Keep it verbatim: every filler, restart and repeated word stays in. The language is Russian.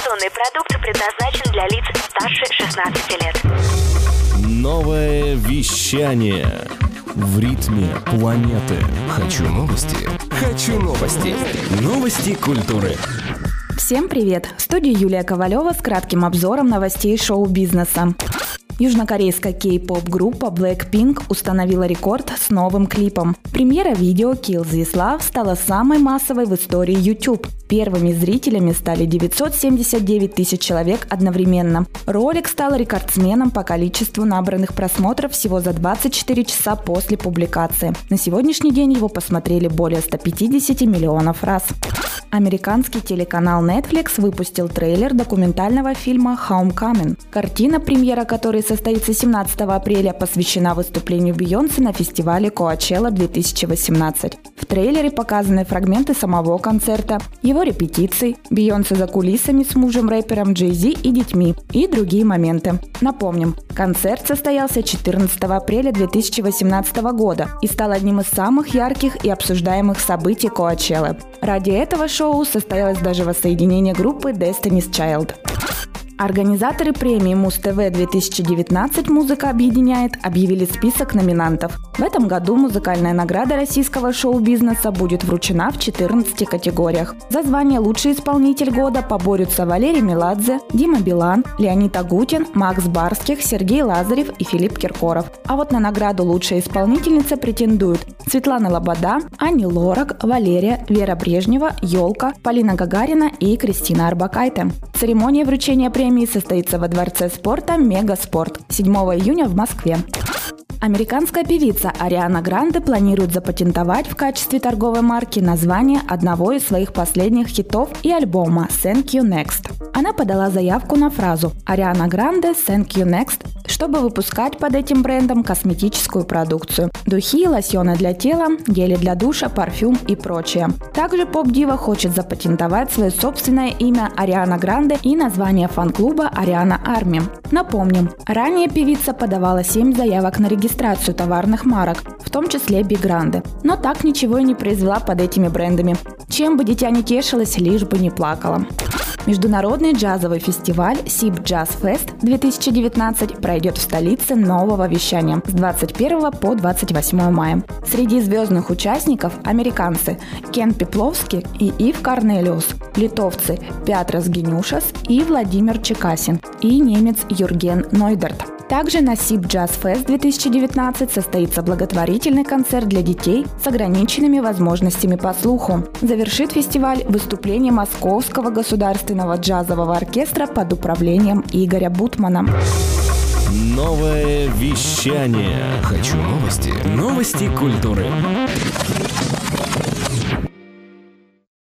Информационный продукт предназначен для лиц старше шестнадцати лет. Новое вещание в ритме планеты. Хочу новости. Хочу новости. Новости культуры. Всем привет! В студии Юлия Ковалева с кратким обзором новостей шоу-бизнеса. Южнокорейская кей-поп-группа Blackpink установила рекорд с новым клипом. Премьера видео «Kill This Love» стала самой массовой в истории YouTube. Первыми зрителями стали девятьсот семьдесят девять тысяч человек одновременно. Ролик стал рекордсменом по количеству набранных просмотров всего за двадцать четыре часа после публикации. На сегодняшний день его посмотрели более ста пятидесяти миллионов раз. Американский телеканал Netflix выпустил трейлер документального фильма «Homecoming». Картина, премьера которой состоится семнадцатого апреля, посвящена выступлению Бейонсе на фестивале Coachella две тысячи восемнадцать. В трейлере показаны фрагменты самого концерта, его репетиций, Бейонсе за кулисами с мужем-рэпером Джей Зи и детьми и другие моменты. Напомним, концерт состоялся четырнадцатого апреля две тысячи восемнадцатого года и стал одним из самых ярких и обсуждаемых событий Coachella. Ради этого шоу состоялось даже воссоединение группы Destiny's Child. Организаторы премии Муз-ТВ две тысячи девятнадцать «Музыка объединяет» объявили список номинантов. В этом году музыкальная награда российского шоу-бизнеса будет вручена в четырнадцати категориях. За звание «Лучший исполнитель года» поборются Валерий Меладзе, Дима Билан, Леонид Агутин, Макс Барских, Сергей Лазарев и Филипп Киркоров. А вот на награду «Лучшая исполнительница» претендуют Светлана Лобода, Ани Лорак, Валерия, Вера Брежнева, Ёлка, Полина Гагарина и Кристина Орбакайте. Церемония вручения премии состоится во Дворце спорта «Мегаспорт» седьмого июня в Москве. Американская певица Ариана Гранде планирует запатентовать в качестве торговой марки название одного из своих последних хитов и альбома «Thank You Next». Она подала заявку на фразу «Ариана Гранде Thank You Next», чтобы выпускать под этим брендом косметическую продукцию – духи, лосьоны для тела, гели для душа, парфюм и прочее. Также поп-дива хочет запатентовать свое собственное имя Ариана Гранде и название фан-клуба Ариана Арми. Напомним, ранее певица подавала семь заявок на регистрацию товарных марок, в том числе Big Grande, но так ничего и не произвела под этими брендами. Чем бы дитя не тешилось, лишь бы не плакала. Международный джазовый фестиваль Sib Jazz Fest две тысячи девятнадцать пройдет в столице нового вещания с двадцать первого по двадцать восьмое мая. Среди звездных участников американцы Кен Пепловский и Ив Корнелиус, литовцы Пятрас Генюшас и Владимир Чекасин и немец Юрген Нойдерт. Также на Sib Jazz Fest две тысячи девятнадцать состоится благотворительный концерт для детей с ограниченными возможностями по слуху. Завершит фестиваль выступление Московского государственного джазового оркестра под управлением Игоря Бутмана. Новое вещание. Хочу новости. Новости культуры.